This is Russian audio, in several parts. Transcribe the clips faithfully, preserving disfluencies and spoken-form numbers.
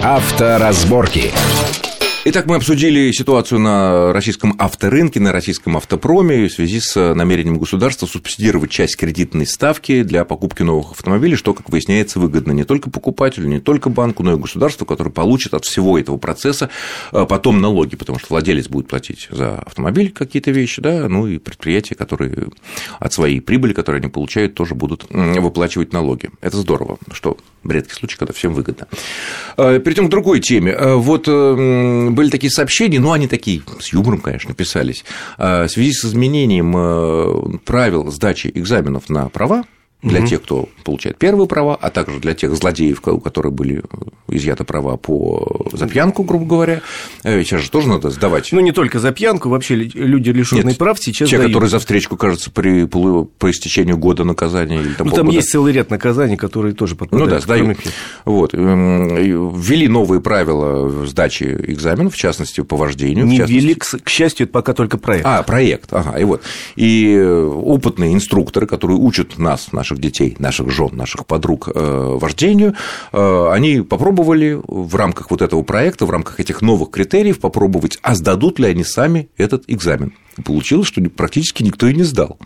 Авторазборки. Итак, мы обсудили ситуацию на российском авторынке, на российском автопроме в связи с намерением государства субсидировать часть кредитной ставки для покупки новых автомобилей, что, как выясняется, выгодно не только покупателю, не только банку, но и государству, которое получит от всего этого процесса потом налоги, потому что владелец будет платить за автомобиль какие-то вещи, да, ну и предприятия, которые от своей прибыли, которые они получают, тоже будут выплачивать налоги. Это здорово, что в редких случаях, когда всем выгодно. Перейдем к другой теме. Вот были такие сообщения, ну, они такие, с юмором, конечно, писались, в связи с изменением правил сдачи экзаменов на права для угу. тех, кто получает первые права, а также для тех злодеев, у которых были изъяты права по за пьянку, грубо говоря. Сейчас же тоже надо сдавать. Ну, не только за пьянку, вообще люди, лишённые Нет, прав, сейчас те, дают. которые за встречку, кажется, при, по истечению года наказания. Или там, ну, там есть целый ряд наказаний, которые тоже подпадают. Ну да, сдают. Вот. Ввели новые правила сдачи экзаменов, в частности, по вождению. Не частности... ввели, к счастью, это пока только проект. А, проект, ага, и вот. И опытные инструкторы, которые учат нас, наших детей, наших жен, наших подруг вождению, они попробовали в рамках вот этого проекта, в рамках этих новых критериев попробовать, а сдадут ли они сами этот экзамен. И получилось, что практически никто и не сдал.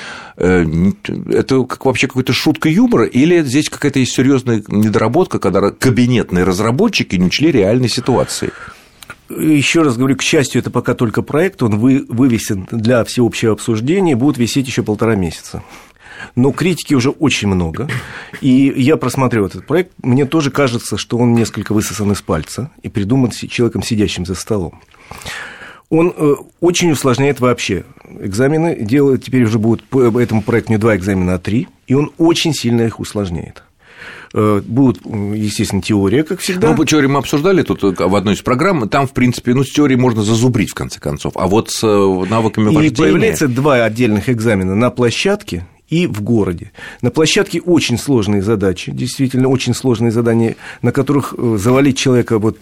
Это как вообще какая-то шутка юмора, или здесь какая-то есть серьезная недоработка, когда кабинетные разработчики не учли реальной ситуации? Еще раз говорю, к счастью, это пока только проект, он вывесен для всеобщего обсуждения, будет висеть еще полтора месяца. Но критики уже очень много, и я просмотрел этот проект, мне тоже кажется, что он несколько высосан из пальца и придуман человеком, сидящим за столом. Он очень усложняет вообще экзамены, делает, теперь уже будет по этому проекту не два экзамена, а три, и он очень сильно их усложняет. Будет, естественно, теория, как всегда. Ну, по теории мы обсуждали тут в одной из программ, там, в принципе, ну, с теорией можно зазубрить, в конце концов, а вот с навыками вождения... И появляется два отдельных экзамена на площадке и в городе. На площадке очень сложные задачи, действительно очень сложные задания, на которых завалить человека вот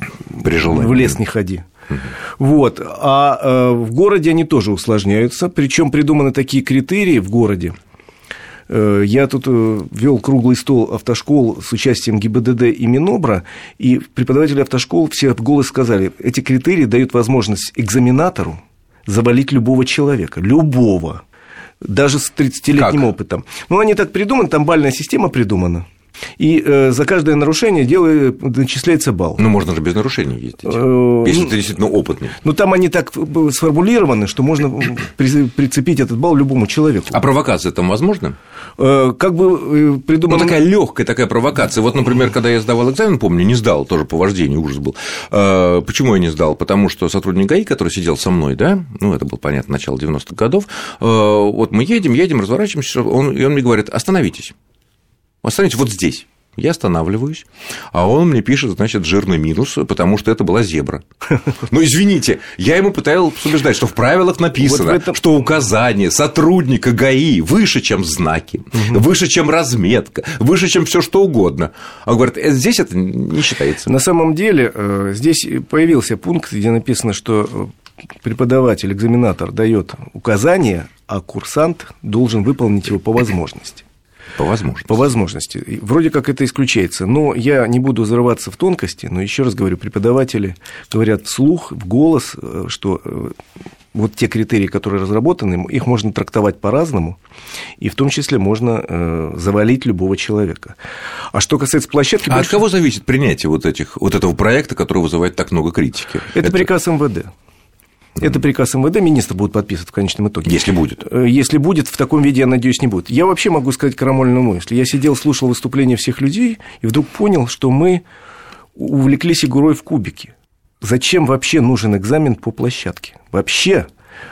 в лес не ходи. Угу. Вот. А э, в городе они тоже усложняются, причем придуманы такие критерии в городе. Э, я тут э, вел круглый стол автошкол с участием ГИБДД и Минобра, и преподаватели автошкол все в голос сказали, эти критерии дают возможность экзаменатору завалить любого человека, любого. Даже с тридцатилетним как? Опытом. Ну, они так придуманы, там бальная система придумана. И э, за каждое нарушение делает, начисляется балл. Ну, можно же без нарушений ездить, если ты действительно опытный. Ну, там они так сформулированы, что можно прицепить этот балл любому человеку. А провокация там возможна? Э, как бы придумано... Ну, такая легкая такая провокация. Вот, например, когда я сдавал экзамен, помню, не сдал, тоже по вождению ужас был. Э, почему я не сдал? Потому что сотрудник ГАИ, который сидел со мной, да, ну, это было, понятно, начало девяностых годов, э, вот мы едем, едем, разворачиваемся, он, и он мне говорит, остановитесь. Останьтесь вот здесь. Я останавливаюсь, а он мне пишет, значит, жирный минус, потому что это была зебра. Ну, извините, я ему пытался убеждать, что в правилах написано, вот этом... что указание сотрудника ГАИ выше, чем знаки, угу. выше, чем разметка, выше, чем все что угодно. А он говорит, здесь это не считается. На самом деле, здесь появился пункт, где написано, что преподаватель, экзаменатор дает указание, а курсант должен выполнить его по возможности. По возможности. По возможности. Вроде как это исключается. Но я не буду взрываться в тонкости, но еще раз говорю, преподаватели говорят вслух, в голос, что вот те критерии, которые разработаны, их можно трактовать по-разному, и в том числе можно завалить любого человека. А что касается площадки... А больше... от кого зависит принятие вот, этих, вот этого проекта, который вызывает так много критики? Это, это... приказ МВД. Это приказ МВД, министр будет подписывать в конечном итоге. Если будет. Если будет, в таком виде, я надеюсь, не будет. Я вообще могу сказать крамольную мысль. Я сидел, слушал выступления всех людей, и вдруг понял, что мы увлеклись игрой в кубики. Зачем вообще нужен экзамен по площадке? Вообще,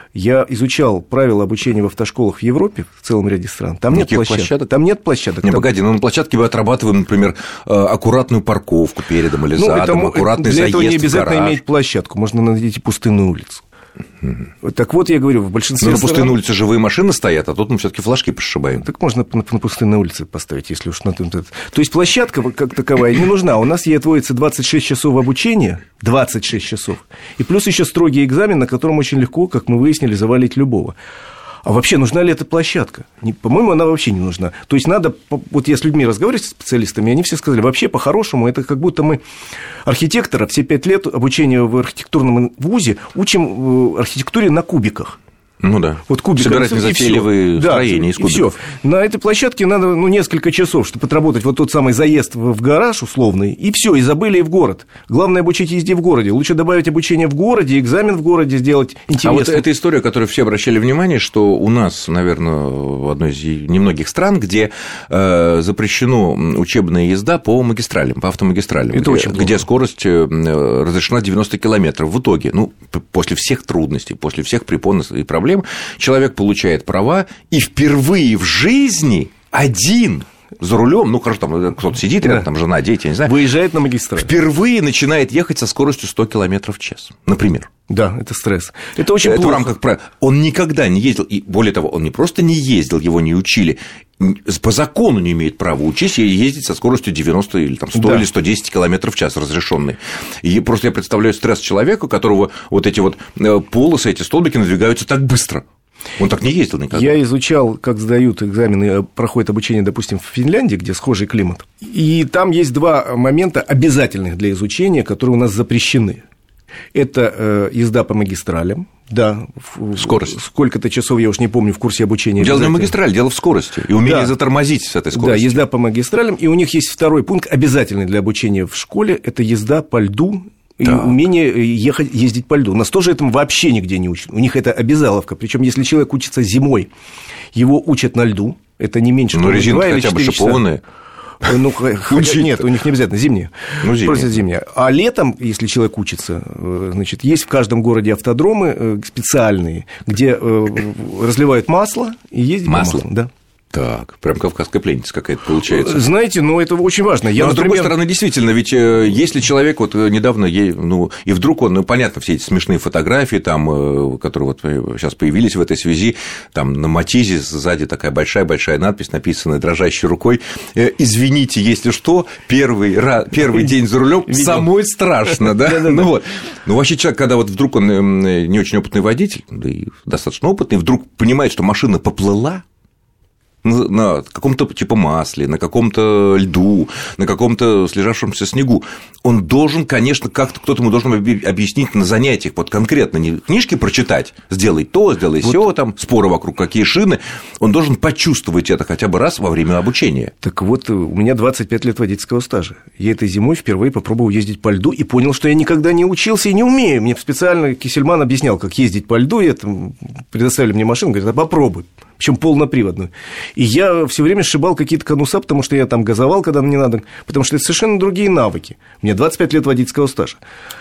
я изучал правила обучения в автошколах в Европе, в целом ряде стран. Там нет площадок. площадок. Там нет площадок. Не, там... погоди, но на площадке мы отрабатываем, например, аккуратную парковку передом или ну, задом, это, аккуратный для заезд в гараж. Для этого не обязательно иметь площадку, можно найти пустынную улицу. Mm-hmm. Так вот, я говорю, в большинстве Но на стран... пустынной улице живые машины стоят, а тут мы все-таки флажки пошибаем. Так можно на, на пустынной улице поставить, если уж на то. То есть площадка как таковая не нужна. У нас ей отводится двадцать шесть часов обучения, двадцать шесть часов, и плюс еще строгий экзамен, на котором очень легко, как мы выяснили, завалить любого. А вообще нужна ли эта площадка? По-моему, она вообще не нужна. То есть надо, вот я с людьми разговариваю, с специалистами, они все сказали, вообще по-хорошему это как будто мы архитектора все пять лет обучения в архитектурном вузе учим архитектуре на кубиках. Ну да. Вот кубик. Собирать незатейливые строения из кубиков. И всё. На этой площадке надо ну, несколько часов, чтобы отработать вот тот самый заезд в гараж условный, и все, и забыли и в город. Главное обучить езде в городе. Лучше добавить обучение в городе, экзамен в городе сделать интересно. А вот эта история, которую все обращали внимание, что у нас, наверное, в одной из немногих стран, где э, запрещена учебная езда по магистралям, по автомагистралям, это где, очень где скорость разрешена девяносто километров. В итоге, ну, после всех трудностей, после всех препон и проблем, человек получает права и впервые в жизни один за рулем, ну, хорошо, там кто-то сидит, да. Там жена, дети, я не знаю. Выезжает на магистраль. Впервые начинает ехать со скоростью сто километров в час, например. Да, это стресс. Это очень это плохо. в рамках правил. Он никогда не ездил, и более того, он не просто не ездил, его не учили, по закону не имеет права учиться и ездить со скоростью девяносто или там, сто да. или сто десять километров в час разрешенной. И просто я представляю стресс человека, у которого вот эти вот полосы, эти столбики надвигаются так быстро. Он так не ездил никогда. Я изучал, как сдают экзамены, проходит обучение, допустим, в Финляндии, где схожий климат. И там есть два момента обязательных для изучения, которые у нас запрещены. Это езда по магистралям. Да, скорость. Сколько-то часов, я уж не помню, в курсе обучения. Дело не в магистрали, дело в скорости. И умение да. затормозить с этой скоростью. Да, езда по магистралям. И у них есть второй пункт, обязательный для обучения в школе. Это езда по льду. И так. умение ехать, ездить по льду. Нас тоже этому вообще нигде не учат. У них это обязаловка. Причем, если человек учится зимой, его учат на льду. Это не меньше, ну, резинка хотя бы шипованная. Ну, хотя, нет, у них не обязательно зимние. Ну, зимние. Просто зимние. А летом, если человек учится, значит, есть в каждом городе автодромы специальные, где разливают масло и ездят по маслу. Да. Так, прям кавказская пленница какая-то получается. Знаете, ну это очень важно. Я, Но, например... с другой стороны, действительно, ведь если человек вот недавно, ну, и вдруг он, ну, понятно, все эти смешные фотографии, там, которые вот сейчас появились в этой связи, там на Матизе сзади такая большая-большая надпись, написанная дрожащей рукой: «Извините, если что, первый, первый день за рулем самой страшно», да? Ну вот. Ну вообще человек, когда вот вдруг он не очень опытный водитель, да и достаточно опытный, вдруг понимает, что машина поплыла, на каком-то типа масле, на каком-то льду, на каком-то слежавшемся снегу, он должен, конечно, как-то кто-то ему должен объяснить на занятиях, вот конкретно, не книжки прочитать, сделай то, сделай вот. Сё, там, споры вокруг какие шины, он должен почувствовать это хотя бы раз во время обучения. Так вот, у меня двадцать пять лет водительского стажа. Я этой зимой впервые попробовал ездить по льду и понял, что я никогда не учился и не умею. Мне специально Кисельман объяснял, как ездить по льду, и там предоставили мне машину, говорит, а попробуй. Причем полноприводную. И я все время сшибал какие-то конуса, потому что я там газовал, когда мне надо, потому что это совершенно другие навыки. Мне двадцать пять лет водительского стажа.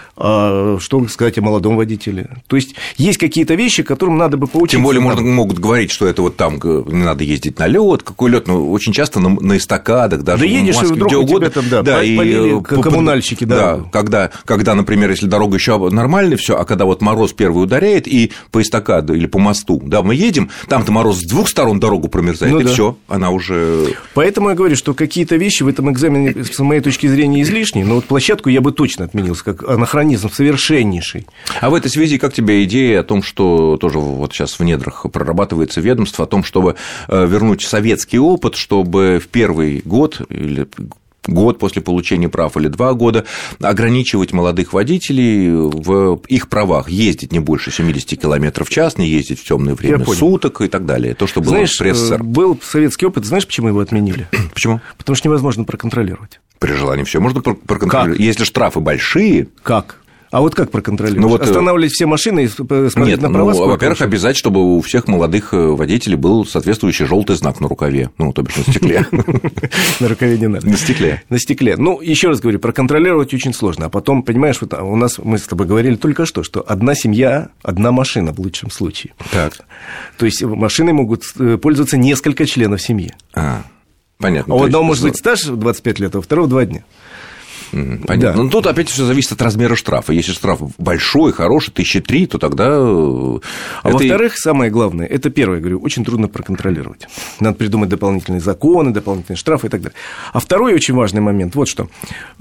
А что сказать о молодом водителе? То есть, есть какие-то вещи, которым надо бы поучиться. Тем более, можно, могут говорить, что это вот там не надо ездить на лед, какой лед, но очень часто на, на эстакадах, даже да едешь, в Москве, вдруг где угодно. Там, да, да, и коммунальщики, да. да когда, когда, например, если дорога еще нормальная, все, а когда вот мороз первый ударяет, и по эстакаду или по мосту, да, мы едем, там-то мороз с двух сторон дорогу промерзает, ну, и да. все, она уже. Поэтому я говорю, что какие-то вещи в этом экзамене, с моей точки зрения, излишние, но вот площадку я бы точно отменился, как анахронизм совершенно. А в этой связи как тебе идея о том, что тоже вот сейчас в недрах прорабатывается ведомство, о том, чтобы вернуть советский опыт, чтобы в первый год или год после получения прав или два года ограничивать молодых водителей в их правах, ездить не больше семьдесят километров в час, не ездить в темное время суток и так далее. То, что было знаешь, при СССР. Был советский опыт, знаешь, почему его отменили? Почему? Потому что невозможно проконтролировать. При желании все можно проконтролировать. Как? Если штрафы большие. Как? А вот как проконтролировать? Ну, вот... Останавливать все машины и смотреть Нет, на права? Ну, во-первых, обязать, чтобы у всех молодых водителей был соответствующий желтый знак на рукаве. Ну, то бишь на стекле. На рукаве не надо. На стекле. На стекле. Ну, еще раз говорю, проконтролировать очень сложно. А потом, понимаешь, вот у нас, мы с тобой говорили только что, что одна семья, одна машина в лучшем случае. Так. То есть машиной могут пользоваться несколько членов семьи. А, понятно. А у одного может быть стаж двадцать пять лет, а у второго два дня. Понятно. Да. Но тут опять все зависит от размера штрафа. Если штраф большой, хороший, тысячи три, то тогда. А это... во-вторых, самое главное, это первое, говорю, очень трудно проконтролировать. Надо придумать дополнительные законы, дополнительные штрафы и так далее. А второй очень важный момент, вот что.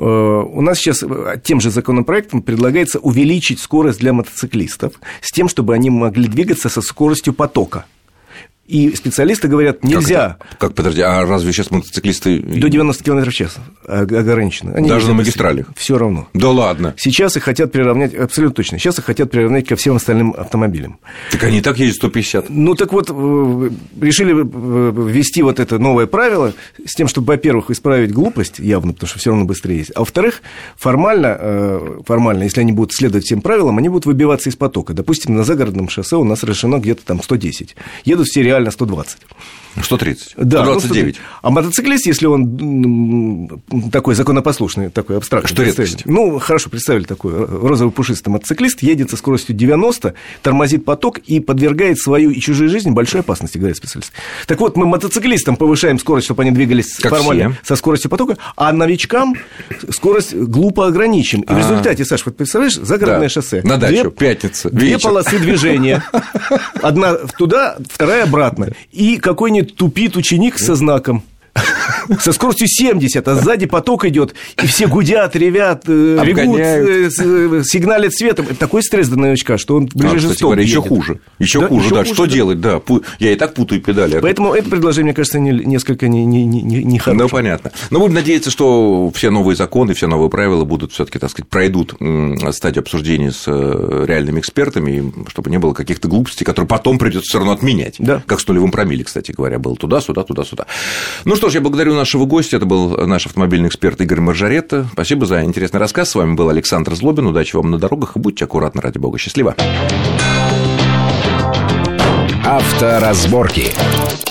У нас сейчас тем же законопроектом предлагается увеличить скорость для мотоциклистов с тем, чтобы они могли двигаться со скоростью потока. И специалисты говорят, нельзя. Как, как подожди, а разве сейчас мотоциклисты... До девяноста километров в час ограничены. Они даже на магистралях? Все равно. Да ладно. Сейчас их хотят приравнять, абсолютно точно, сейчас их хотят приравнять ко всем остальным автомобилям. Так они и так ездят сто пятьдесят. Ну, так вот, решили ввести вот это новое правило с тем, чтобы, во-первых, исправить глупость, явно, потому что все равно быстрее есть, а во-вторых, формально, формально, если они будут следовать всем правилам, они будут выбиваться из потока. Допустим, на загородном шоссе у нас разрешено где-то там сто десять. Едут все реально сто двадцать. сто тридцать. Да, сто двадцать девять. Ну, а мотоциклист, если он такой законопослушный, такой абстрактный. Что редкость? Ну, хорошо, представили такой розовый пушистый мотоциклист, едет со скоростью девяносто, тормозит поток и подвергает свою и чужую жизнь большой опасности, говорят специалисты. Так вот, мы мотоциклистам повышаем скорость, чтобы они двигались как формально все. Со скоростью потока, а новичкам скорость глупо ограничим. И в результате, Саш, вот представляешь, загородное да. шоссе. На дачу, две, пятница, Две вечер. полосы движения. Одна туда, вторая обратно. И какой-нибудь тупит ученик со знаком. Со скоростью семьдесят, а сзади поток идет, и все гудят, ревят, ревут, сигналят светом. Это такой стресс для новичка, что он ближе а, жесток едет. Еще хуже. Еще да, хуже, еще да. Хуже, что да. делать, да. Я и так путаю педали. Поэтому это предложение, мне кажется, несколько нехорошее. Ну, понятно. Но будем надеяться, что все новые законы, все новые правила будут все-таки, так сказать, пройдут стадию обсуждения с реальными экспертами, чтобы не было каких-то глупостей, которые потом придется все равно отменять. Да. Как с нулевым промилле, кстати говоря, было туда-сюда, туда-сюда. Ну что ж, я благодарю нашего гостя. Это был наш автомобильный эксперт Игорь Маржаретта. Спасибо за интересный рассказ. С вами был Александр Злобин. Удачи вам на дорогах и будьте аккуратны, ради бога. Счастливо. Авторазборки.